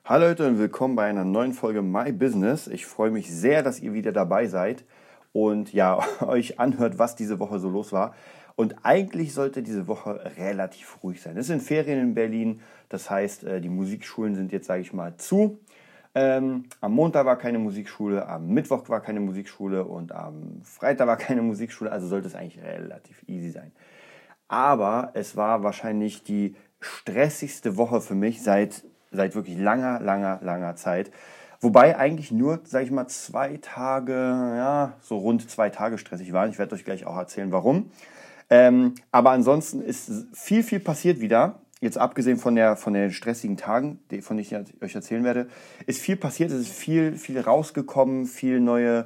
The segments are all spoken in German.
Hallo Leute und willkommen bei einer neuen Folge My Business. Ich freue mich sehr, dass ihr wieder dabei seid und ja, euch anhört, was diese Woche so los war. Und eigentlich sollte diese Woche relativ ruhig sein. Es sind Ferien in Berlin, das heißt, die Musikschulen sind jetzt, sage ich mal, zu. Am Montag war keine Musikschule, am Mittwoch war keine Musikschule und am Freitag war keine Musikschule, also sollte es eigentlich relativ easy sein. Aber es war wahrscheinlich die stressigste Woche für mich seit wirklich langer Zeit. Wobei eigentlich nur, sage ich mal, 2 Tage, ja, so rund 2 Tage stressig waren. Ich werde euch gleich auch erzählen, warum. Aber ansonsten ist viel passiert wieder. Jetzt abgesehen von den stressigen Tagen, von denen ich euch erzählen werde, ist viel passiert. Es ist viel rausgekommen, viel neue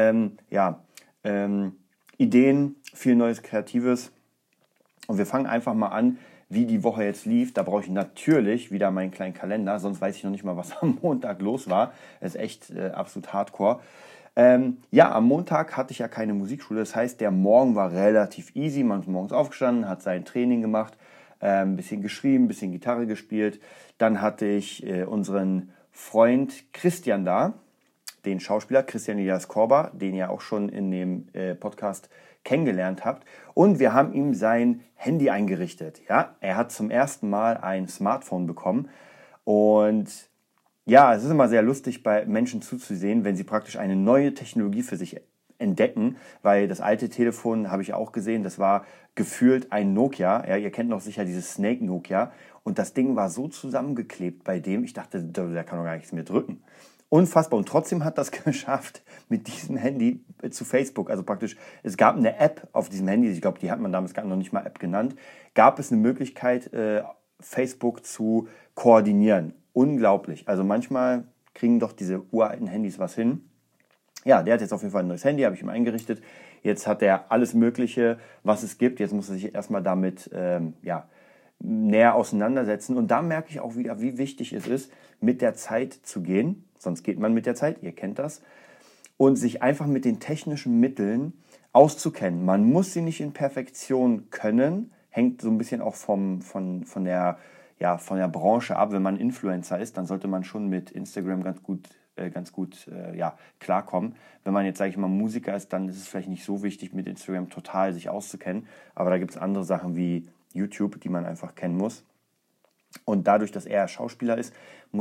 Ideen, viel Neues Kreatives. Und wir fangen einfach mal an, wie die Woche jetzt lief. Da brauche ich natürlich wieder meinen kleinen Kalender, sonst weiß ich noch nicht mal, was am Montag los war. Das ist echt absolut hardcore. Am Montag hatte ich ja keine Musikschule. Das heißt, der Morgen war relativ easy. Man ist morgens aufgestanden, hat sein Training gemacht, ein bisschen geschrieben, ein bisschen Gitarre gespielt. Dann hatte ich unseren Freund Christian da, den Schauspieler Christian Elias Korber, den ihr auch schon in dem Podcast kennengelernt habt. Und wir haben ihm sein Handy eingerichtet. Ja, er hat zum ersten Mal ein Smartphone bekommen. Und ja, es ist immer sehr lustig, bei Menschen zuzusehen, wenn sie praktisch eine neue Technologie für sich entdecken, weil das alte Telefon, habe ich auch gesehen, das war gefühlt ein Nokia. Ja, ihr kennt noch sicher dieses Snake Nokia. Und das Ding war so zusammengeklebt bei dem, ich dachte, der kann doch gar nichts mehr drücken. Unfassbar. Und trotzdem hat das geschafft, mit diesem Handy zu Facebook, also praktisch, es gab eine App auf diesem Handy, ich glaube, die hat man damals gar noch nicht mal App genannt, gab es eine Möglichkeit, Facebook zu koordinieren. Unglaublich. Also manchmal kriegen doch diese uralten Handys was hin. Ja, der hat jetzt auf jeden Fall ein neues Handy, habe ich ihm eingerichtet. Jetzt hat er alles Mögliche, was es gibt. Jetzt muss er sich erstmal damit näher auseinandersetzen. Und da merke ich auch wieder, wie wichtig es ist, mit der Zeit zu gehen. Sonst geht man mit der Zeit, ihr kennt das. Und sich einfach mit den technischen Mitteln auszukennen. Man muss sie nicht in Perfektion können. Hängt so ein bisschen auch von der Branche ab. Wenn man Influencer ist, dann sollte man schon mit Instagram ganz gut klarkommen. Wenn man jetzt, sage ich mal, Musiker ist, dann ist es vielleicht nicht so wichtig, mit Instagram total sich auszukennen. Aber da gibt es andere Sachen wie YouTube, die man einfach kennen muss. Und dadurch, dass er Schauspieler ist,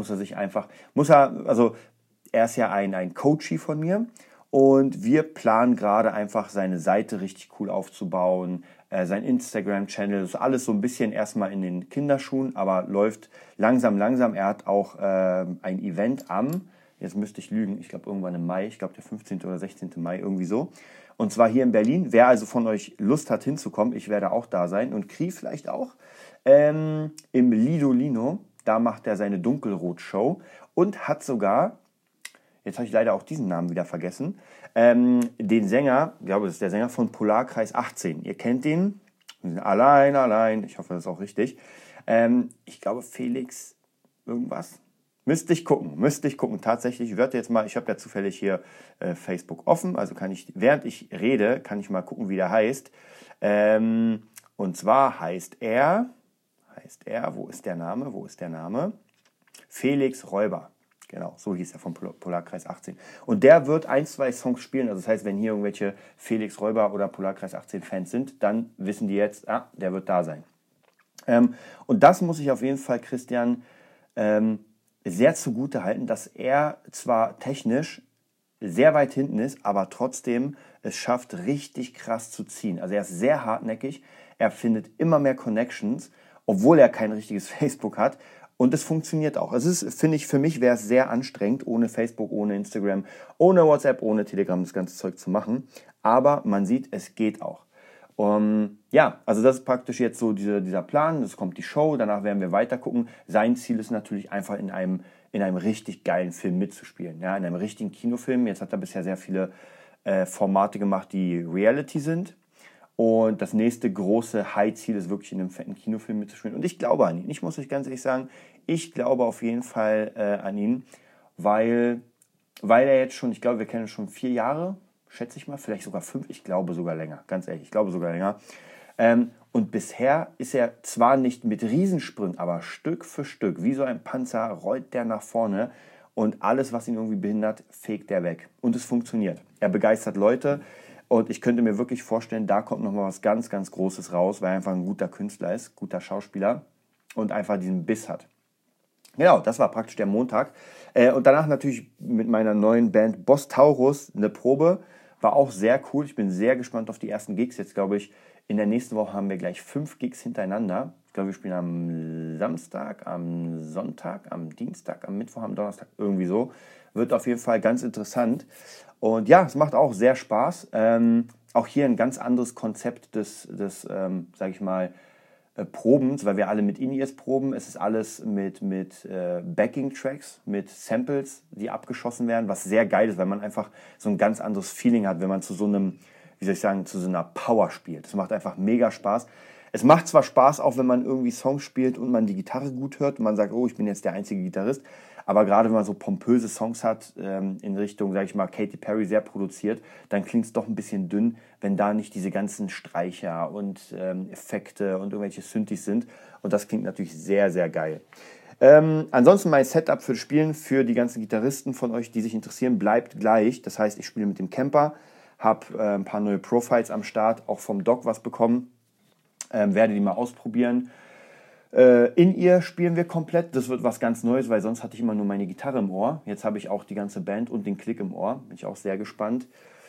er ist ja ein Coachie von mir und wir planen gerade einfach seine Seite richtig cool aufzubauen, sein Instagram-Channel, das ist alles so ein bisschen erstmal in den Kinderschuhen, aber läuft langsam. Er hat auch ein Event jetzt müsste ich lügen, ich glaube irgendwann im Mai, ich glaube der 15. oder 16. Mai, irgendwie so. Und zwar hier in Berlin. Wer also von euch Lust hat hinzukommen, ich werde auch da sein und Kri vielleicht auch. Im Lidolino, da macht er seine Dunkelrot-Show und hat sogar, jetzt habe ich leider auch diesen Namen wieder vergessen, den Sänger, ich glaube, das ist der Sänger von Polarkreis 18. Ihr kennt den, allein, ich hoffe, das ist auch richtig. Ich glaube, Felix irgendwas. Müsste ich gucken. Tatsächlich, ich habe ja zufällig hier Facebook offen, also während ich rede, kann ich mal gucken, wie der heißt. Und zwar heißt er, wo ist der Name? Felix Räuber. Genau, so hieß er vom Polarkreis 18. Und der wird 1, 2 Songs spielen. Also das heißt, wenn hier irgendwelche Felix Räuber oder Polarkreis 18 Fans sind, dann wissen die jetzt, der wird da sein. Und das muss ich auf jeden Fall Christian sehr zugute halten, dass er zwar technisch sehr weit hinten ist, aber trotzdem es schafft, richtig krass zu ziehen. Also er ist sehr hartnäckig, er findet immer mehr Connections, obwohl er kein richtiges Facebook hat. Und es funktioniert auch. Es ist, finde ich, für mich wäre es sehr anstrengend, ohne Facebook, ohne Instagram, ohne WhatsApp, ohne Telegram das ganze Zeug zu machen. Aber man sieht, es geht auch. Also das ist praktisch jetzt so dieser Plan. Es kommt die Show, danach werden wir weiter gucken. Sein Ziel ist natürlich einfach in einem richtig geilen Film mitzuspielen. Ja, in einem richtigen Kinofilm. Jetzt hat er bisher sehr viele Formate gemacht, die Reality sind. Und das nächste große High-Ziel ist wirklich in einem fetten Kinofilm mitzuspielen. Und ich glaube an ihn. Ich muss euch ganz ehrlich sagen, ich glaube auf jeden Fall an ihn, weil er jetzt schon, ich glaube, wir kennen ihn schon 4 Jahre, schätze ich mal, vielleicht sogar 5, ich glaube sogar länger, ganz ehrlich, ich glaube sogar länger. Und bisher ist er zwar nicht mit Riesensprüngen, aber Stück für Stück, wie so ein Panzer, rollt der nach vorne und alles, was ihn irgendwie behindert, fegt er weg. Und es funktioniert. Er begeistert Leute und ich könnte mir wirklich vorstellen, da kommt nochmal was ganz, ganz Großes raus, weil er einfach ein guter Künstler ist, guter Schauspieler und einfach diesen Biss hat. Genau, das war praktisch der Montag. Und danach natürlich mit meiner neuen Band Boss Taurus eine Probe. War auch sehr cool. Ich bin sehr gespannt auf die ersten Gigs. Jetzt glaube ich, in der nächsten Woche haben wir gleich 5 Gigs hintereinander. Ich glaube, wir spielen am Samstag, am Sonntag, am Dienstag, am Mittwoch, am Donnerstag, irgendwie so. Wird auf jeden Fall ganz interessant. Und ja, es macht auch sehr Spaß. Auch hier ein ganz anderes Konzept des sage ich mal, Probens, weil wir alle mit In-Ears proben. Es ist alles mit Backing-Tracks, mit Samples, die abgeschossen werden, was sehr geil ist, weil man einfach so ein ganz anderes Feeling hat, wenn man zu so einem, wie soll ich sagen, zu so einer Power spielt. Das macht einfach mega Spaß. Es macht zwar Spaß, auch wenn man irgendwie Songs spielt und man die Gitarre gut hört und man sagt, oh, ich bin jetzt der einzige Gitarrist, aber gerade wenn man so pompöse Songs hat, in Richtung, sage ich mal, Katy Perry sehr produziert, dann klingt es doch ein bisschen dünn, wenn da nicht diese ganzen Streicher und Effekte und irgendwelche Synthes sind. Und das klingt natürlich sehr, sehr geil. Ansonsten mein Setup für das Spielen, für die ganzen Gitarristen von euch, die sich interessieren, bleibt gleich. Das heißt, ich spiele mit dem Camper, habe ein paar neue Profiles am Start, auch vom Doc was bekommen, werde die mal ausprobieren. In-Ear spielen wir komplett. Das wird was ganz Neues, weil sonst hatte ich immer nur meine Gitarre im Ohr. Jetzt habe ich auch die ganze Band und den Klick im Ohr. Bin ich auch sehr gespannt.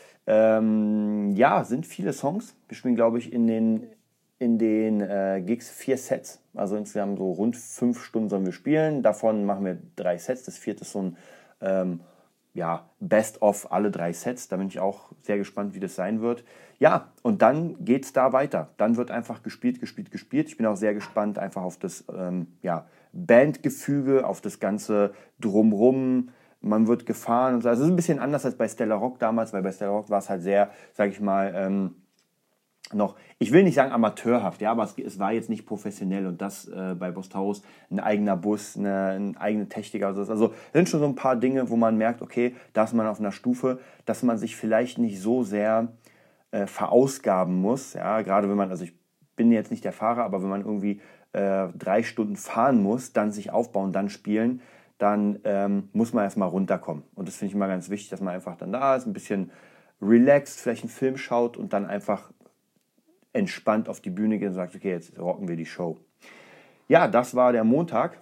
Ja, sind viele Songs. Wir spielen, glaube ich, in den Gigs 4 Sets. Also insgesamt so rund 5 Stunden sollen wir spielen. Davon machen wir 3 Sets. Das 4. ist so ein Best-of alle 3 Sets. Da bin ich auch sehr gespannt, wie das sein wird. Ja, und dann geht es da weiter. Dann wird einfach gespielt. Ich bin auch sehr gespannt einfach auf das Bandgefüge, auf das ganze Drumrum. Man wird gefahren und so. Also es ist ein bisschen anders als bei Stellar Rock damals, weil bei Stellar Rock war es halt sehr, sage ich mal, noch, ich will nicht sagen amateurhaft, ja, aber es war jetzt nicht professionell und das bei Boss Taurus ein eigener Bus, eine eigene Technik, also sind schon so ein paar Dinge, wo man merkt, okay, da ist man auf einer Stufe, dass man sich vielleicht nicht so sehr verausgaben muss, ja, gerade wenn man, also ich bin jetzt nicht der Fahrer, aber wenn man irgendwie 3 Stunden fahren muss, dann sich aufbauen, dann spielen, dann muss man erstmal runterkommen und das finde ich immer ganz wichtig, dass man einfach dann da ist, ein bisschen relaxed, vielleicht einen Film schaut und dann einfach entspannt auf die Bühne geht und sagt, okay, jetzt rocken wir die Show. Ja, das war der Montag.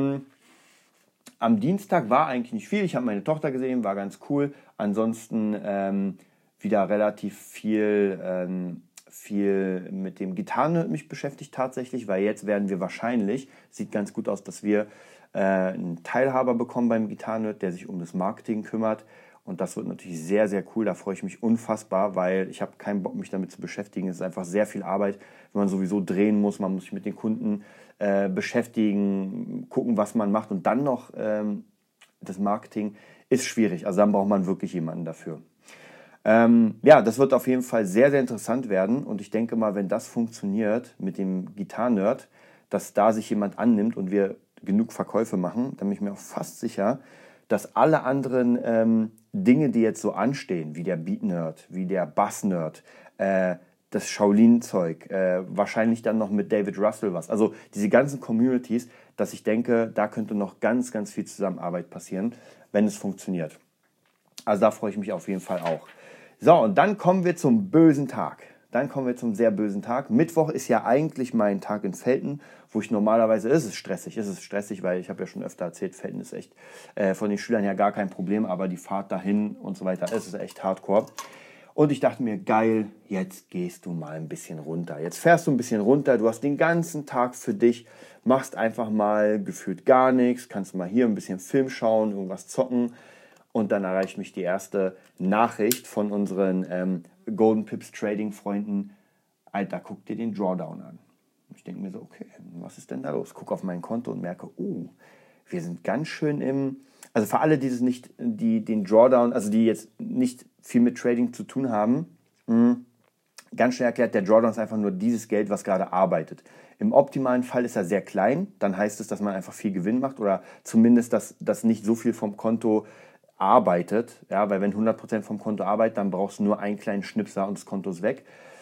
Am Dienstag war eigentlich nicht viel. Ich habe meine Tochter gesehen, war ganz cool. Ansonsten wieder relativ viel mit dem Gitarren mich beschäftigt tatsächlich, weil jetzt werden wir wahrscheinlich, sieht ganz gut aus, dass wir einen Teilhaber bekommen beim Gitarren, der sich um das Marketing kümmert. Und das wird natürlich sehr, sehr cool. Da freue ich mich unfassbar, weil ich habe keinen Bock, mich damit zu beschäftigen. Es ist einfach sehr viel Arbeit, wenn man sowieso drehen muss. Man muss sich mit den Kunden beschäftigen, gucken, was man macht. Und dann noch das Marketing ist schwierig. Also dann braucht man wirklich jemanden dafür. Das wird auf jeden Fall sehr, sehr interessant werden. Und ich denke mal, wenn das funktioniert mit dem Gitarren-Nerd, dass da sich jemand annimmt und wir genug Verkäufe machen, dann bin ich mir auch fast sicher, dass alle anderen Dinge, die jetzt so anstehen, wie der Beat-Nerd, wie der Bass-Nerd, das Shaolin-Zeug, wahrscheinlich dann noch mit David Russell was, also diese ganzen Communities, dass ich denke, da könnte noch ganz, ganz viel Zusammenarbeit passieren, wenn es funktioniert. Also da freue ich mich auf jeden Fall auch. So, und dann kommen wir zum bösen Tag. Dann kommen wir zum sehr bösen Tag. Mittwoch ist ja eigentlich mein Tag in Velten, wo ich normalerweise, es ist stressig, weil ich habe ja schon öfter erzählt, Velten ist echt von den Schülern her gar kein Problem, aber die Fahrt dahin und so weiter, es ist echt hardcore. Und ich dachte mir, geil, jetzt gehst du mal ein bisschen runter. Jetzt fährst du ein bisschen runter, du hast den ganzen Tag für dich, machst einfach mal gefühlt gar nichts, kannst mal hier ein bisschen Film schauen, irgendwas zocken. Und dann erreicht mich die erste Nachricht von unseren Golden Pips Trading Freunden. Alter, guck dir den Drawdown an. Ich denke mir so, okay, was ist denn da los? Guck auf mein Konto und merke, wir sind ganz schön also für alle, die den Drawdown, also die jetzt nicht viel mit Trading zu tun haben, ganz schnell erklärt, der Drawdown ist einfach nur dieses Geld, was gerade arbeitet. Im optimalen Fall ist er sehr klein, dann heißt es, dass man einfach viel Gewinn macht oder zumindest, dass nicht so viel vom Konto arbeitet, ja, weil wenn 100% vom Konto arbeitet, dann brauchst du nur einen kleinen Schnipser und das Konto ist weg.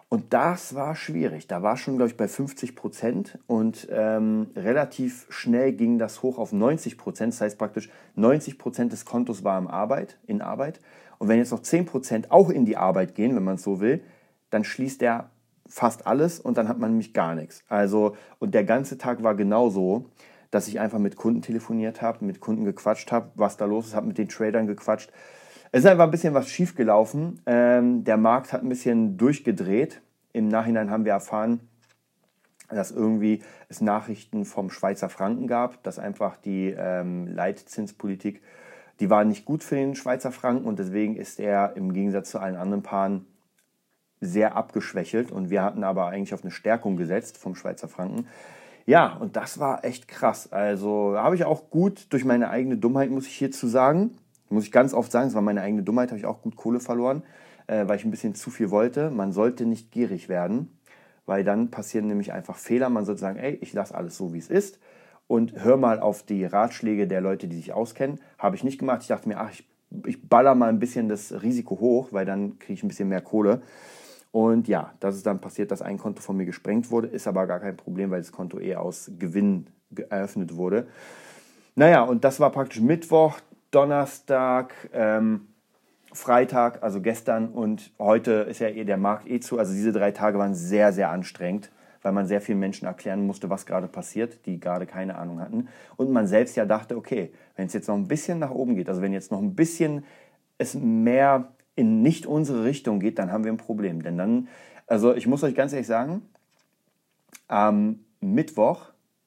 Und das war schwierig. Da war schon, glaube ich, bei 50% und relativ schnell ging das hoch auf 90%. Das heißt praktisch 90% des Kontos war in Arbeit. Und wenn jetzt noch 10% auch in die Arbeit gehen, wenn man es so will, dann schließt der fast alles und dann hat man nämlich gar nichts. Also, und der ganze Tag war genauso, dass ich einfach mit Kunden telefoniert habe, mit Kunden gequatscht habe, was da los ist, habe mit den Tradern gequatscht. Es ist einfach ein bisschen was schief gelaufen. Der Markt hat ein bisschen durchgedreht. Im Nachhinein haben wir erfahren, dass irgendwie es Nachrichten vom Schweizer Franken gab, dass einfach die Leitzinspolitik, die war nicht gut für den Schweizer Franken und deswegen ist er im Gegensatz zu allen anderen Paaren sehr abgeschwächelt und wir hatten aber eigentlich auf eine Stärkung gesetzt vom Schweizer Franken. Ja, und das war echt krass. Also habe ich auch gut durch meine eigene Dummheit, muss ich hierzu sagen, muss ich ganz oft sagen, es war meine eigene Dummheit, habe ich auch gut Kohle verloren, weil ich ein bisschen zu viel wollte. Man sollte nicht gierig werden, weil dann passieren nämlich einfach Fehler. Man sollte sagen, ey, ich lasse alles so, wie es ist und hör mal auf die Ratschläge der Leute, die sich auskennen. Habe ich nicht gemacht. Ich dachte mir, ach, ich baller mal ein bisschen das Risiko hoch, weil dann kriege ich ein bisschen mehr Kohle. Und ja, das ist dann passiert, dass ein Konto von mir gesprengt wurde, ist aber gar kein Problem, weil das Konto aus Gewinn eröffnet wurde. Naja, und das war praktisch Mittwoch, Donnerstag, Freitag, also gestern und heute ist ja der Markt zu. Also diese 3 Tage waren sehr, sehr anstrengend, weil man sehr vielen Menschen erklären musste, was gerade passiert, die gerade keine Ahnung hatten. Und man selbst ja dachte, okay, wenn es jetzt noch ein bisschen nach oben geht, also wenn jetzt noch ein bisschen es mehr in nicht unsere Richtung geht, dann haben wir ein Problem. Denn dann, also ich muss euch ganz ehrlich sagen, am Mittwoch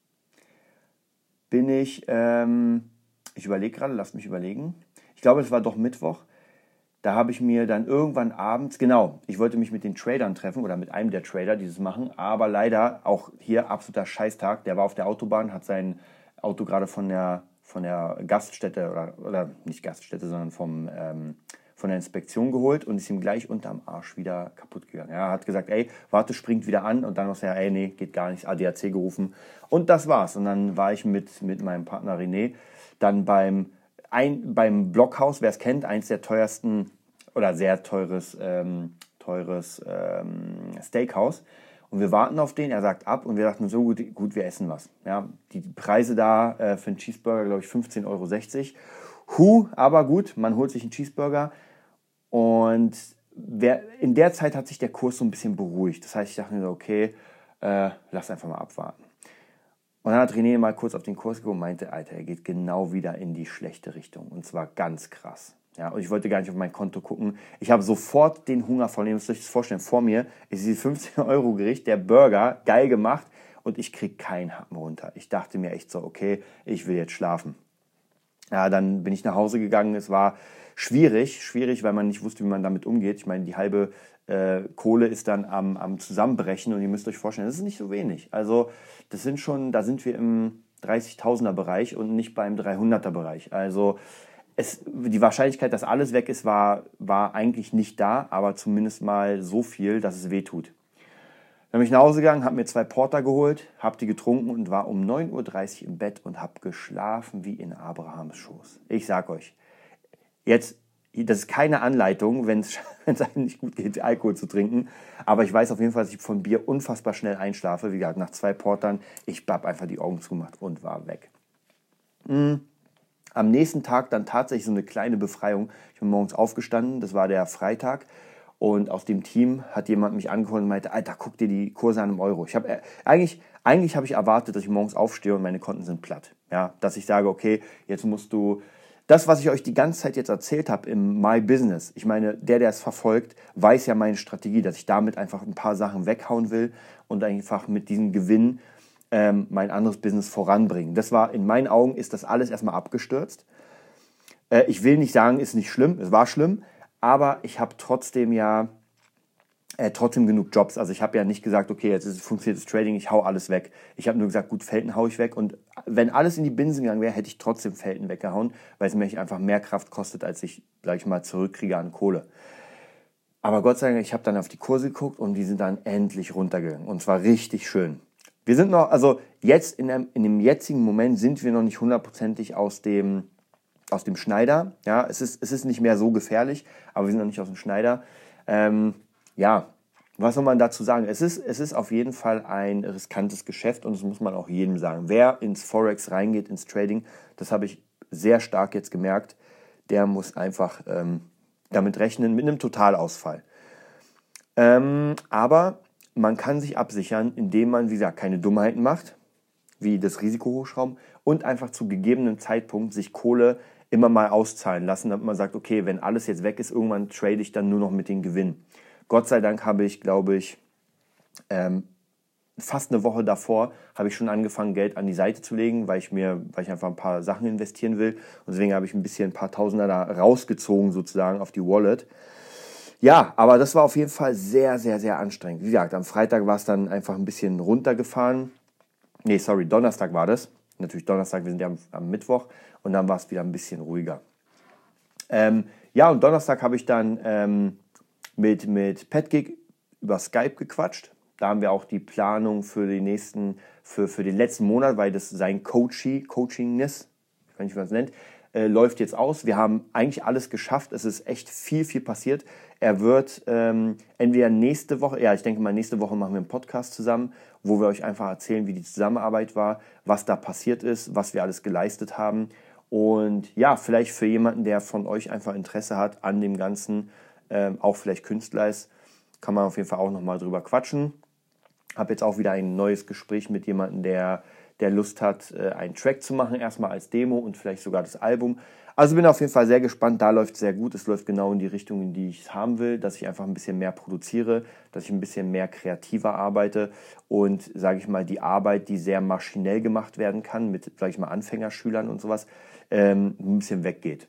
bin ich überlege gerade, lasst mich überlegen. Ich glaube, es war doch Mittwoch. Da habe ich mir dann irgendwann abends, genau, ich wollte mich mit den Tradern treffen oder mit einem der Trader, die das machen, aber leider auch hier absoluter Scheißtag. Der war auf der Autobahn, hat sein Auto gerade von der Gaststätte oder nicht Gaststätte, sondern von der Inspektion geholt und ist ihm gleich unterm Arsch wieder kaputt gegangen. Er hat gesagt, ey, warte, springt wieder an und dann noch er, ey, nee, geht gar nicht, ADAC gerufen und das war's. Und dann war ich mit meinem Partner René dann beim Blockhaus, wer es kennt, eins der teuersten oder sehr teures Steakhouse. Und wir warten auf den, er sagt ab und wir dachten so gut, wir essen was. Ja, die Preise da für einen Cheeseburger, glaube ich, 15,60 €. Aber gut, man holt sich einen Cheeseburger und in der Zeit hat sich der Kurs so ein bisschen beruhigt. Das heißt, ich dachte mir so, okay, lass einfach mal abwarten. Und dann hat René mal kurz auf den Kurs geguckt und meinte, Alter, er geht genau wieder in die schlechte Richtung. Und zwar ganz krass. Ja, und ich wollte gar nicht auf mein Konto gucken. Ich habe sofort den Hunger verloren. Ihr müsst euch das vorstellen, vor mir ist dieses 15-€ der Burger, geil gemacht. Und ich kriege keinen Happen runter. Ich dachte mir echt so, okay, ich will jetzt schlafen. Ja, dann bin ich nach Hause gegangen. Es war schwierig, weil man nicht wusste, wie man damit umgeht. Ich meine, die halbe Kohle ist dann am Zusammenbrechen und ihr müsst euch vorstellen, das ist nicht so wenig. Also da sind wir im 30.000er Bereich und nicht beim 300er Bereich. Also die Wahrscheinlichkeit, dass alles weg ist, war eigentlich nicht da, aber zumindest mal so viel, dass es weh tut. Dann bin ich nach Hause gegangen, habe mir 2 Porter geholt, habe die getrunken und war um 9:30 Uhr im Bett und habe geschlafen wie in Abrahams Schoß. Ich sag euch, jetzt, das ist keine Anleitung, wenn es einem nicht gut geht, Alkohol zu trinken. Aber ich weiß auf jeden Fall, dass ich von Bier unfassbar schnell einschlafe. Wie gesagt, nach 2 Portern, ich habe einfach die Augen zugemacht und war weg. Am nächsten Tag dann tatsächlich so eine kleine Befreiung. Ich bin morgens aufgestanden, das war der Freitag. Und aus dem Team hat jemand mich angeholt und meinte, Alter, guck dir die Kurse an im Euro. Eigentlich habe ich erwartet, dass ich morgens aufstehe und meine Konten sind platt. Ja, dass ich sage, okay, jetzt musst du das, was ich euch die ganze Zeit jetzt erzählt habe im My Business. Ich meine, der es verfolgt, weiß ja meine Strategie, dass ich damit einfach ein paar Sachen weghauen will und einfach mit diesem Gewinn mein anderes Business voranbringen. Das war, in meinen Augen, ist das alles erstmal abgestürzt. Ich will nicht sagen, ist nicht schlimm, es war schlimm. Aber ich habe trotzdem genug Jobs. Also ich habe ja nicht gesagt, okay, jetzt funktioniert das Trading, ich hau alles weg. Ich habe nur gesagt, gut, Felten hau ich weg. Und wenn alles in die Binsen gegangen wäre, hätte ich trotzdem Felten weggehauen, weil es mich einfach mehr Kraft kostet, als ich, sag ich mal, zurückkriege an Kohle. Aber Gott sei Dank, ich habe dann auf die Kurse geguckt und die sind dann endlich runtergegangen. Und zwar richtig schön. Wir sind noch, also jetzt in dem jetzigen Moment sind wir noch nicht hundertprozentig aus dem Schneider. Ja, es ist nicht mehr so gefährlich, aber wir sind noch nicht aus dem Schneider. Wo Was soll man dazu sagen? Es ist auf jeden Fall ein riskantes Geschäft und das muss man auch jedem sagen. Wer ins Forex reingeht, ins Trading, das habe ich sehr stark jetzt gemerkt, der muss einfach damit rechnen, mit einem Totalausfall. Aber man kann sich absichern, indem man, wie gesagt, keine Dummheiten macht, wie das Risiko hochschrauben und einfach zu gegebenem Zeitpunkt sich Kohle immer mal auszahlen lassen, damit man sagt, okay, wenn alles jetzt weg ist, irgendwann trade ich dann nur noch mit den Gewinnen. Gott sei Dank habe ich, glaube ich, fast eine Woche davor habe ich schon angefangen, Geld an die Seite zu legen, weil ich einfach ein paar Sachen investieren will. Und deswegen habe ich ein paar Tausender da rausgezogen sozusagen auf die Wallet. Ja, aber das war auf jeden Fall sehr, sehr, sehr anstrengend. Wie gesagt, am Freitag war es dann einfach ein bisschen runtergefahren. Donnerstag war das. Natürlich Donnerstag, wir sind ja am Mittwoch. Und dann war es wieder ein bisschen ruhiger. Und Donnerstag habe ich dann mit Petgig über Skype gequatscht. Da haben wir auch die Planung für den letzten Monat, weil das sein Coachingness, ich weiß nicht, wie man es nennt, läuft jetzt aus. Wir haben eigentlich alles geschafft. Es ist echt viel, viel passiert. Er wird entweder nächste Woche machen wir einen Podcast zusammen, wo wir euch einfach erzählen, wie die Zusammenarbeit war, was da passiert ist, was wir alles geleistet haben. Und ja, vielleicht für jemanden, der von euch einfach Interesse hat an dem Ganzen, auch vielleicht Künstler ist, kann man auf jeden Fall auch nochmal drüber quatschen. Habe jetzt auch wieder ein neues Gespräch mit jemandem, der Lust hat, einen Track zu machen, erstmal als Demo und vielleicht sogar das Album. Also bin auf jeden Fall sehr gespannt, da läuft es sehr gut. Es läuft genau in die Richtung, in die ich es haben will, dass ich einfach ein bisschen mehr produziere, dass ich ein bisschen mehr kreativer arbeite und, sage ich mal, die Arbeit, die sehr maschinell gemacht werden kann, mit, sage ich mal, Anfängerschülern und sowas, ein bisschen weggeht.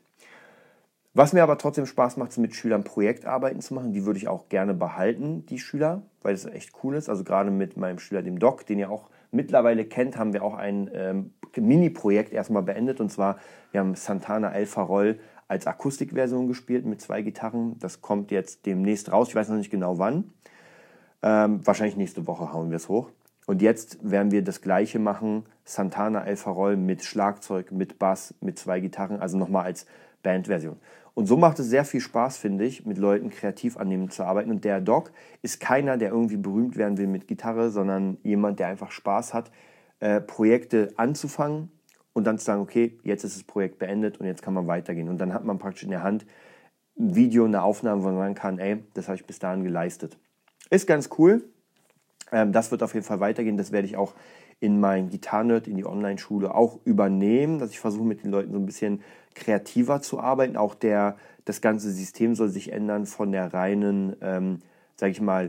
Was mir aber trotzdem Spaß macht, ist mit Schülern Projektarbeiten zu machen. Die würde ich auch gerne behalten, die Schüler, weil das echt cool ist. Also gerade mit meinem Schüler, dem Doc, den ihr auch mittlerweile kennt, haben wir auch ein Mini-Projekt erstmal beendet. Und zwar, wir haben Santana El Farol als Akustikversion gespielt mit 2 Gitarren. Das kommt jetzt demnächst raus. Ich weiß noch nicht genau wann. Wahrscheinlich nächste Woche hauen wir es hoch. Und jetzt werden wir das Gleiche machen. Santana El Farol mit Schlagzeug, mit Bass, mit 2 Gitarren. Also nochmal als Bandversion. Und so macht es sehr viel Spaß, finde ich, mit Leuten kreativ an dem zu arbeiten. Und der Doc ist keiner, der irgendwie berühmt werden will mit Gitarre, sondern jemand, der einfach Spaß hat, Projekte anzufangen und dann zu sagen, okay, jetzt ist das Projekt beendet und jetzt kann man weitergehen. Und dann hat man praktisch in der Hand ein Video, eine Aufnahme, wo man sagen kann, ey, das habe ich bis dahin geleistet. Ist ganz cool. Das wird auf jeden Fall weitergehen. Das werde ich auch in mein Gitarrenerd, in die Online-Schule auch übernehmen, dass ich versuche, mit den Leuten so ein bisschen kreativer zu arbeiten. Auch das ganze System soll sich ändern von der reinen, sage ich mal,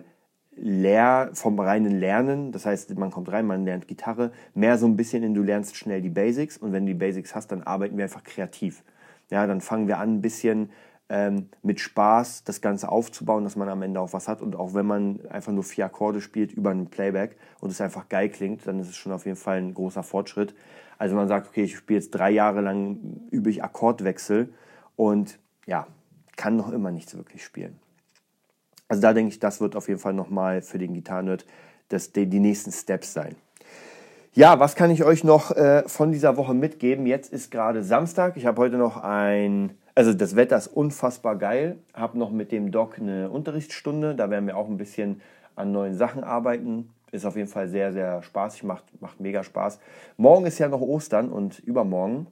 vom reinen Lernen. Das heißt, man kommt rein, man lernt Gitarre, mehr so ein bisschen du lernst schnell die Basics und wenn du die Basics hast, dann arbeiten wir einfach kreativ. Ja, dann fangen wir an, ein bisschen mit Spaß das Ganze aufzubauen, dass man am Ende auch was hat. Und auch wenn man einfach nur 4 Akkorde spielt über einen Playback und es einfach geil klingt, dann ist es schon auf jeden Fall ein großer Fortschritt. Also man sagt, okay, ich spiele jetzt 3 Jahre lang, übe ich Akkordwechsel und ja, kann noch immer nichts wirklich spielen. Also da denke ich, das wird auf jeden Fall nochmal für den Gitarrenerd die nächsten Steps sein. Ja, was kann ich euch noch von dieser Woche mitgeben? Jetzt ist gerade Samstag. Ich habe heute noch also das Wetter ist unfassbar geil. Habe noch mit dem Doc eine Unterrichtsstunde. Da werden wir auch ein bisschen an neuen Sachen arbeiten. Ist auf jeden Fall sehr, sehr spaßig. Macht mega Spaß. Morgen ist ja noch Ostern und übermorgen.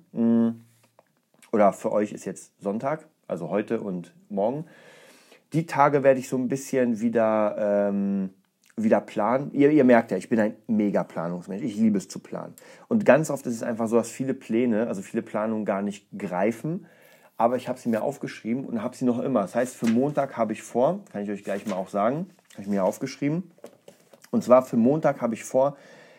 Oder für euch ist jetzt Sonntag. Also heute und morgen. Die Tage werde ich so ein bisschen wieder planen. Ihr merkt ja, ich bin ein mega Planungsmensch. Ich liebe es zu planen. Und ganz oft ist es einfach so, dass viele Planungen gar nicht greifen. Aber ich habe sie mir aufgeschrieben und habe sie noch immer. Das heißt, für Montag habe ich vor, kann ich euch gleich mal auch sagen, habe ich mir aufgeschrieben. Und zwar für Montag habe ich vor,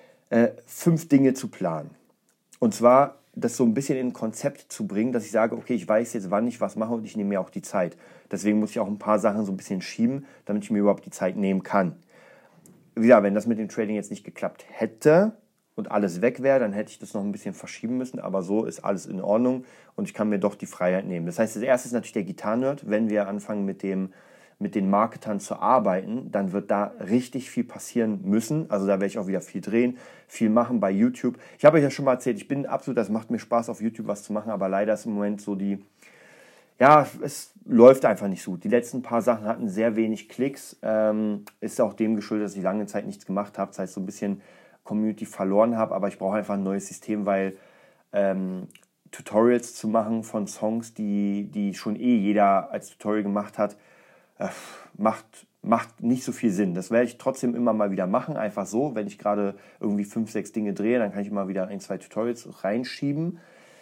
5 Dinge zu planen. Und zwar das so ein bisschen in ein Konzept zu bringen, dass ich sage, okay, ich weiß jetzt, wann ich was mache und ich nehme mir auch die Zeit. Deswegen muss ich auch ein paar Sachen so ein bisschen schieben, damit ich mir überhaupt die Zeit nehmen kann. Ja, wenn das mit dem Trading jetzt nicht geklappt hätte und alles weg wäre, dann hätte ich das noch ein bisschen verschieben müssen, aber so ist alles in Ordnung und ich kann mir doch die Freiheit nehmen. Das heißt, das erste ist natürlich der Gitarrenerd. Wenn wir anfangen mit den Marketern zu arbeiten, dann wird da richtig viel passieren müssen. Also da werde ich auch wieder viel drehen, viel machen bei YouTube. Ich habe euch ja schon mal erzählt, das macht mir Spaß auf YouTube was zu machen, aber leider ist im Moment so ja, es läuft einfach nicht so gut. Die letzten paar Sachen hatten sehr wenig Klicks. Ist auch dem geschuldet, dass ich lange Zeit nichts gemacht habe. Das heißt, so ein bisschen Community verloren habe. Aber ich brauche einfach ein neues System, weil Tutorials zu machen von Songs, die schon jeder als Tutorial gemacht hat, äh, macht nicht so viel Sinn. Das werde ich trotzdem immer mal wieder machen. Einfach so, wenn ich gerade irgendwie 5, 6 Dinge drehe, dann kann ich mal wieder 1, 2 Tutorials reinschieben.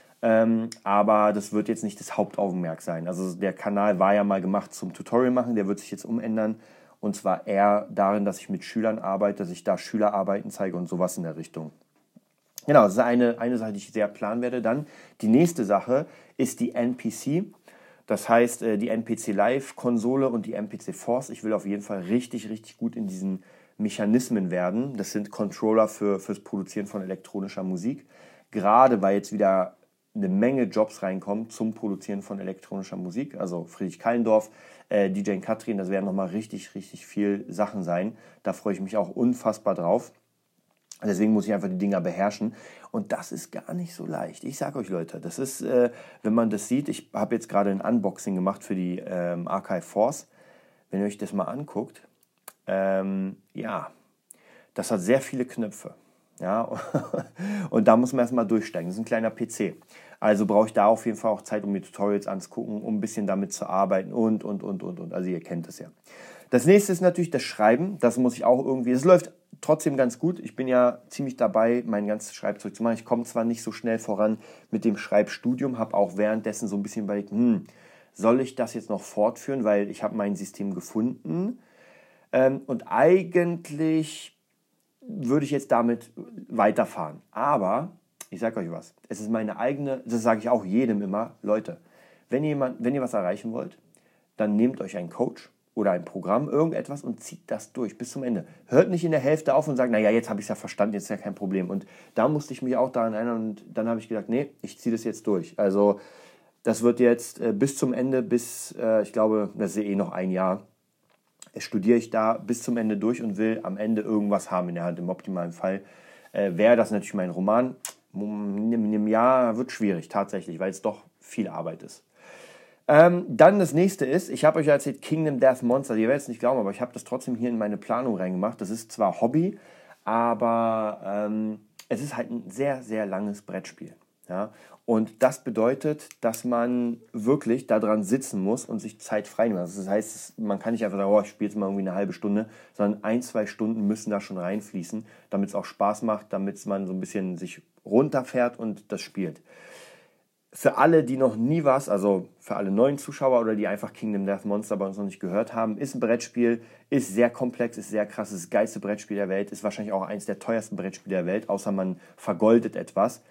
Aber das wird jetzt nicht das Hauptaugenmerk sein. Also der Kanal war ja mal gemacht zum Tutorial machen, der wird sich jetzt umändern. Und zwar eher darin, dass ich mit Schülern arbeite, dass ich da Schülerarbeiten zeige und sowas in der Richtung. Genau, das ist eine Sache, die ich sehr planen werde. Dann die nächste Sache ist die NPC. Das heißt, die NPC Live-Konsole und die NPC Force. Ich will auf jeden Fall richtig, richtig gut in diesen Mechanismen werden. Das sind Controller fürs Produzieren von elektronischer Musik. Gerade weil jetzt wieder eine Menge Jobs reinkommen zum Produzieren von elektronischer Musik. Also Friedrich Kallendorf, DJ Katrin, das werden nochmal richtig, richtig viel Sachen sein. Da freue ich mich auch unfassbar drauf. Deswegen muss ich einfach die Dinger beherrschen. Und das ist gar nicht so leicht. Ich sage euch, Leute, das ist, wenn man das sieht, ich habe jetzt gerade ein Unboxing gemacht für die Archive Force. Wenn ihr euch das mal anguckt, ja, das hat sehr viele Knöpfe. Ja, und da muss man erstmal durchsteigen. Das ist ein kleiner PC. Also brauche ich da auf jeden Fall auch Zeit, um mir Tutorials anzugucken, um ein bisschen damit zu arbeiten und. Also ihr kennt das ja. Das nächste ist natürlich das Schreiben. Das muss ich auch irgendwie, es läuft trotzdem ganz gut. Ich bin ja ziemlich dabei, mein ganzes Schreibzeug zu machen. Ich komme zwar nicht so schnell voran mit dem Schreibstudium, habe auch währenddessen so ein bisschen überlegt, soll ich das jetzt noch fortführen, weil ich habe mein System gefunden. Und eigentlich würde ich jetzt damit weiterfahren. Aber ich sage euch was, es ist meine eigene, das sage ich auch jedem immer, Leute, wenn ihr was erreichen wollt, dann nehmt euch einen Coach oder ein Programm, irgendetwas und zieht das durch bis zum Ende. Hört nicht in der Hälfte auf und sagt, naja, jetzt habe ich es ja verstanden, jetzt ist ja kein Problem. Und da musste ich mich auch daran erinnern und dann habe ich gedacht, nee, ich ziehe das jetzt durch. Also das wird jetzt bis zum Ende, ich glaube, das ist noch ein Jahr, studiere ich da bis zum Ende durch und will am Ende irgendwas haben in der Hand. Im optimalen Fall wäre das natürlich mein Roman. In einem Jahr wird schwierig, tatsächlich, weil es doch viel Arbeit ist. Dann das nächste ist, ich habe euch ja erzählt, Kingdom Death Monster. Ihr werdet es nicht glauben, aber ich habe das trotzdem hier in meine Planung reingemacht. Das ist zwar Hobby, aber es ist halt ein sehr, sehr langes Brettspiel. Ja? Und das bedeutet, dass man wirklich daran sitzen muss und sich Zeit frei nehmen. Also das heißt, man kann nicht einfach sagen, oh, ich spiele jetzt mal irgendwie eine halbe Stunde, sondern 1, 2 Stunden müssen da schon reinfließen, damit es auch Spaß macht, damit man so ein bisschen sich runterfährt und das spielt. Für alle, die noch nie was, also für alle neuen Zuschauer oder die einfach Kingdom Death Monster bei uns noch nicht gehört haben, ist ein Brettspiel, ist sehr komplex, ist sehr krass, ist das geilste Brettspiel der Welt, ist wahrscheinlich auch eines der teuersten Brettspiele der Welt, außer man vergoldet etwas.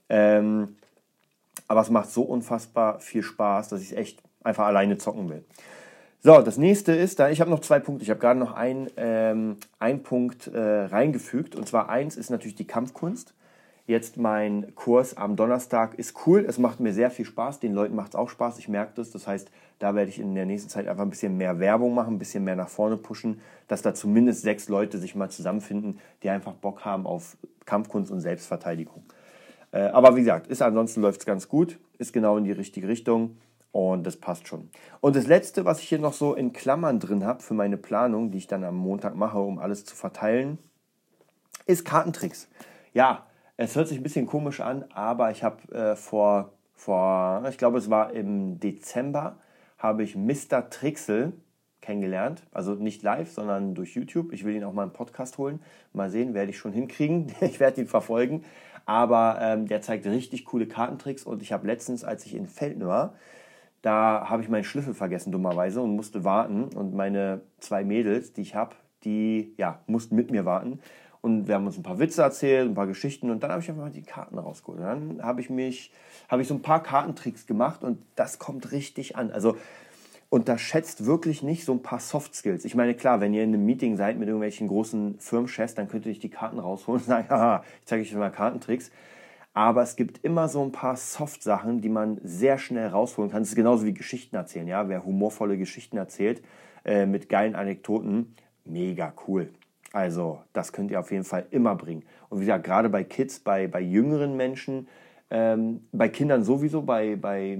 Aber es macht so unfassbar viel Spaß, dass ich es echt einfach alleine zocken will. So, das nächste ist, ich habe noch 2 Punkte. Ich habe gerade noch einen Punkt reingefügt. Und zwar eins ist natürlich die Kampfkunst. Jetzt mein Kurs am Donnerstag ist cool. Es macht mir sehr viel Spaß. Den Leuten macht es auch Spaß. Ich merke das. Das heißt, da werde ich in der nächsten Zeit einfach ein bisschen mehr Werbung machen, ein bisschen mehr nach vorne pushen, dass da zumindest 6 Leute sich mal zusammenfinden, die einfach Bock haben auf Kampfkunst und Selbstverteidigung. Aber wie gesagt, ansonsten läuft es ganz gut, ist genau in die richtige Richtung und das passt schon. Und das Letzte, was ich hier noch so in Klammern drin habe für meine Planung, die ich dann am Montag mache, um alles zu verteilen, ist Kartentricks. Ja, es hört sich ein bisschen komisch an, aber ich habe ich glaube es war im Dezember, habe ich Mr. Trixel kennengelernt. Also nicht live, sondern durch YouTube. Ich will ihn auch mal einen Podcast holen. Mal sehen, werde ich schon hinkriegen. Ich werde ihn verfolgen. Aber der zeigt richtig coole Kartentricks. Und ich habe letztens, als ich in Velten war, da habe ich meinen Schlüssel vergessen, dummerweise, und musste warten. Und meine 2 Mädels, die ich habe, die mussten mit mir warten. Und wir haben uns ein paar Witze erzählt, ein paar Geschichten. Und dann habe ich einfach mal die Karten rausgeholt. Und dann habe ich so ein paar Kartentricks gemacht. Und das kommt richtig an. Also unterschätzt wirklich nicht so ein paar Soft Skills. Ich meine, klar, wenn ihr in einem Meeting seid mit irgendwelchen großen Firmenchefs, dann könnt ihr euch die Karten rausholen und sagen, haha, ich zeige euch mal Kartentricks. Aber es gibt immer so ein paar Soft-Sachen, die man sehr schnell rausholen kann. Es ist genauso wie Geschichten erzählen. Ja? Wer humorvolle Geschichten erzählt mit geilen Anekdoten, mega cool. Also das könnt ihr auf jeden Fall immer bringen. Und wie gesagt, gerade bei Kids, bei jüngeren Menschen, bei Kindern sowieso, bei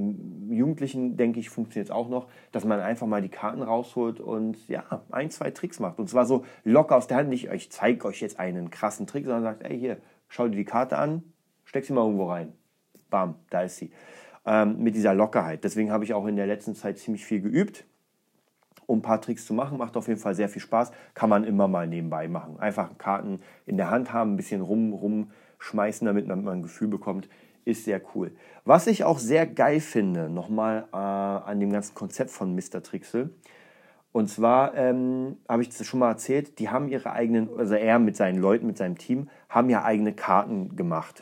Jugendlichen, denke ich, funktioniert es auch noch, dass man einfach mal die Karten rausholt und ja, 1, 2 Tricks macht. Und zwar so locker aus der Hand, nicht, ich zeige euch jetzt einen krassen Trick, sondern sagt, ey, hier, schau dir die Karte an, steck sie mal irgendwo rein. Bam, da ist sie. Mit dieser Lockerheit. Deswegen habe ich auch in der letzten Zeit ziemlich viel geübt, um ein paar Tricks zu machen. Macht auf jeden Fall sehr viel Spaß. Kann man immer mal nebenbei machen. Einfach Karten in der Hand haben, ein bisschen rumschmeißen, damit man ein Gefühl bekommt. Ist sehr cool. Was ich auch sehr geil finde, nochmal an dem ganzen Konzept von Mr. Trixel. Und zwar habe ich das schon mal erzählt, die haben ihre eigenen, also er mit seinen Leuten, mit seinem Team, haben ja eigene Karten gemacht.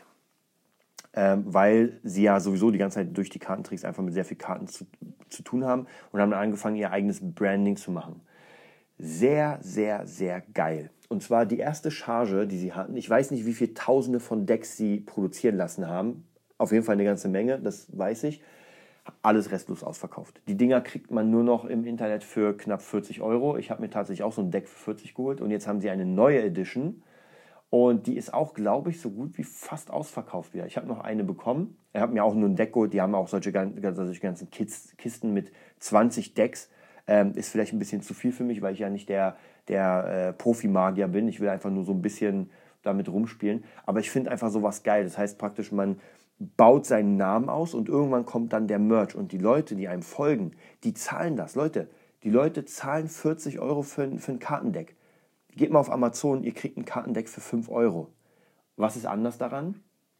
Weil sie ja sowieso die ganze Zeit durch die Kartentricks einfach mit sehr viel Karten zu tun haben und haben dann angefangen, ihr eigenes Branding zu machen. Sehr, sehr, sehr geil. Und zwar die erste Charge, die sie hatten, ich weiß nicht, wie viele Tausende von Decks sie produzieren lassen haben. Auf jeden Fall eine ganze Menge, das weiß ich. Alles restlos ausverkauft. Die Dinger kriegt man nur noch im Internet für knapp 40 Euro. Ich habe mir tatsächlich auch so ein Deck für 40 geholt und jetzt haben sie eine neue Edition. Und die ist auch, glaube ich, so gut wie fast ausverkauft wieder. Ich habe noch eine bekommen. Ich habe mir auch nur ein Deck geholt. Die haben auch solche ganzen Kisten mit 20 Decks. Ist vielleicht ein bisschen zu viel für mich, weil ich ja nicht der Profi-Magier bin. Ich will einfach nur so ein bisschen damit rumspielen. Aber ich finde einfach sowas geil. Das heißt praktisch, man baut seinen Namen aus und irgendwann kommt dann der Merch. Und die Leute, die einem folgen, die zahlen das. Leute, die Leute zahlen 40 Euro für ein Kartendeck. Geht mal auf Amazon, ihr kriegt ein Kartendeck für 5 Euro. Was ist anders daran?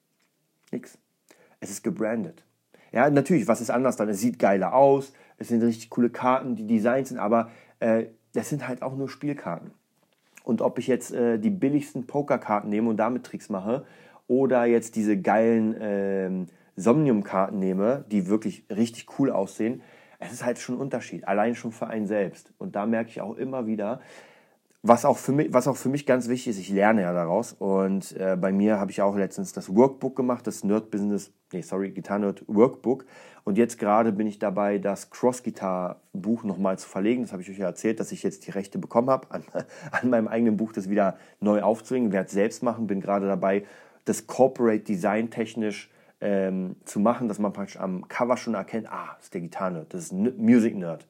Nix. Es ist gebrandet. Ja, natürlich, was ist anders daran? Es sieht geiler aus, es sind richtig coole Karten, die Designs sind, aber das sind halt auch nur Spielkarten. Und ob ich jetzt die billigsten Pokerkarten nehme und damit Tricks mache oder jetzt diese geilen Somnium-Karten nehme, die wirklich richtig cool aussehen, es ist halt schon ein Unterschied, allein schon für einen selbst. Und da merke ich auch immer wieder, was auch für mich ganz wichtig ist, ich lerne ja daraus und bei mir habe ich auch letztens das Workbook gemacht, das Guitar Nerd Workbook und jetzt gerade bin ich dabei, das Cross-Guitar-Buch nochmal zu verlegen. Das habe ich euch ja erzählt, dass ich jetzt die Rechte bekommen habe, an meinem eigenen Buch das wieder neu aufzulegen, werde es selbst machen, bin gerade dabei, das Corporate Design technisch zu machen, dass man praktisch am Cover schon erkennt, das ist der Guitar Nerd, das ist ein Music Nerd.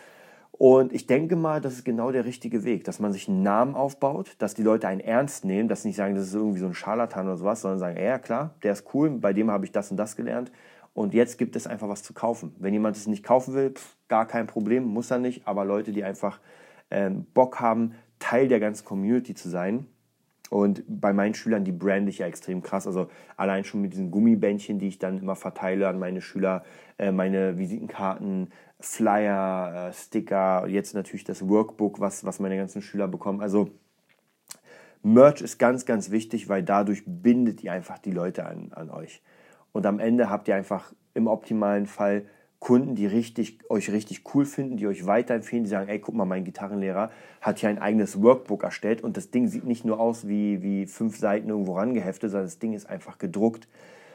Und ich denke mal, das ist genau der richtige Weg, dass man sich einen Namen aufbaut, dass die Leute einen ernst nehmen, dass sie nicht sagen, das ist irgendwie so ein Scharlatan oder sowas, sondern sagen, ja klar, der ist cool, bei dem habe ich das und das gelernt und jetzt gibt es einfach was zu kaufen. Wenn jemand es nicht kaufen will, gar kein Problem, muss er nicht, aber Leute, die einfach Bock haben, Teil der ganzen Community zu sein. Und bei meinen Schülern, die brande ich ja extrem krass. Also allein schon mit diesen Gummibändchen, die ich dann immer verteile an meine Schüler, meine Visitenkarten, Flyer, Sticker, jetzt natürlich das Workbook, was meine ganzen Schüler bekommen. Also Merch ist ganz, ganz wichtig, weil dadurch bindet ihr einfach die Leute an euch. Und am Ende habt ihr einfach im optimalen Fall Kunden, die euch richtig cool finden, die euch weiterempfehlen, die sagen, ey, guck mal, mein Gitarrenlehrer hat hier ein eigenes Workbook erstellt und das Ding sieht nicht nur aus wie 5 Seiten irgendwo rangeheftet, sondern das Ding ist einfach gedruckt.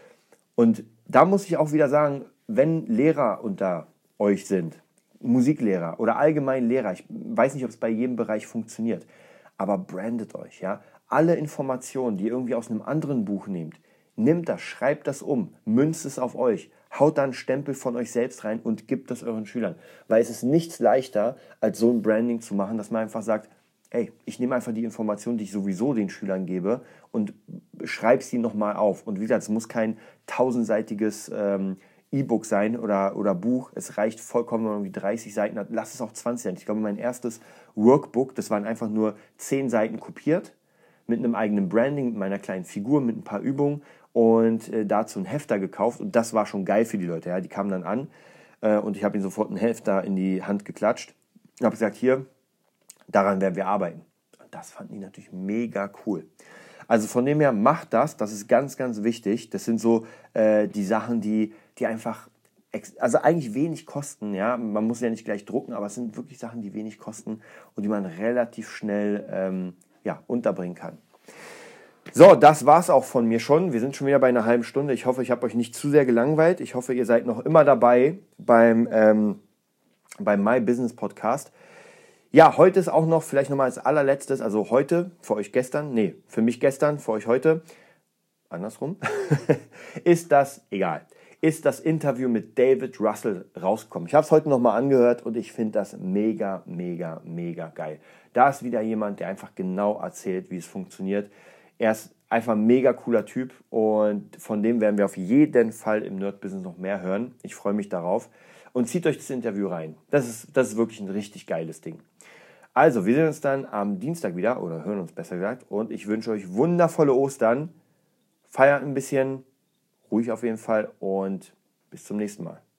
Und da muss ich auch wieder sagen, wenn Lehrer unter euch sind, Musiklehrer oder allgemein Lehrer, ich weiß nicht, ob es bei jedem Bereich funktioniert, aber brandet euch, ja. Alle Informationen, die ihr irgendwie aus einem anderen Buch nehmt, nehmt das, schreibt das um, münzt es auf euch, haut da einen Stempel von euch selbst rein und gebt das euren Schülern. Weil es ist nichts leichter, als so ein Branding zu machen, dass man einfach sagt, ey, ich nehme einfach die Informationen, die ich sowieso den Schülern gebe und schreibe sie nochmal auf. Und wie gesagt, es muss kein 1000-seitiges E-Book sein oder Buch. Es reicht vollkommen, wenn man irgendwie 30 Seiten hat. Lass es auch 20 sein. Ich glaube, mein erstes Workbook, das waren einfach nur 10 Seiten kopiert, mit einem eigenen Branding, mit meiner kleinen Figur, mit ein paar Übungen und dazu einen Hefter gekauft. Und das war schon geil für die Leute. Ja. Die kamen dann an und ich habe ihnen sofort einen Hefter in die Hand geklatscht und habe gesagt, hier, daran werden wir arbeiten. Und das fanden die natürlich mega cool. Also von dem her, macht das ist ganz, ganz wichtig. Das sind so die Sachen, die einfach, also eigentlich wenig kosten. Ja? Man muss ja nicht gleich drucken, aber es sind wirklich Sachen, die wenig kosten und die man relativ schnell unterbringen kann. So, das war's auch von mir schon. Wir sind schon wieder bei einer halben Stunde. Ich hoffe, ich habe euch nicht zu sehr gelangweilt. Ich hoffe, ihr seid noch immer dabei beim My Business Podcast. Ja, heute ist auch noch, vielleicht nochmal als allerletztes, also heute, für euch gestern, für mich gestern, für euch heute, andersrum, ist das egal. ist das Interview mit David Russell rausgekommen. Ich habe es heute nochmal angehört und ich finde das mega, mega, mega geil. Da ist wieder jemand, der einfach genau erzählt, wie es funktioniert. Er ist einfach ein mega cooler Typ und von dem werden wir auf jeden Fall im Nerd-Business noch mehr hören. Ich freue mich darauf und zieht euch das Interview rein. Das ist wirklich ein richtig geiles Ding. Also, wir sehen uns dann am Dienstag wieder oder hören uns besser gesagt und ich wünsche euch wundervolle Ostern. Feiert ein bisschen, ruhig auf jeden Fall und bis zum nächsten Mal.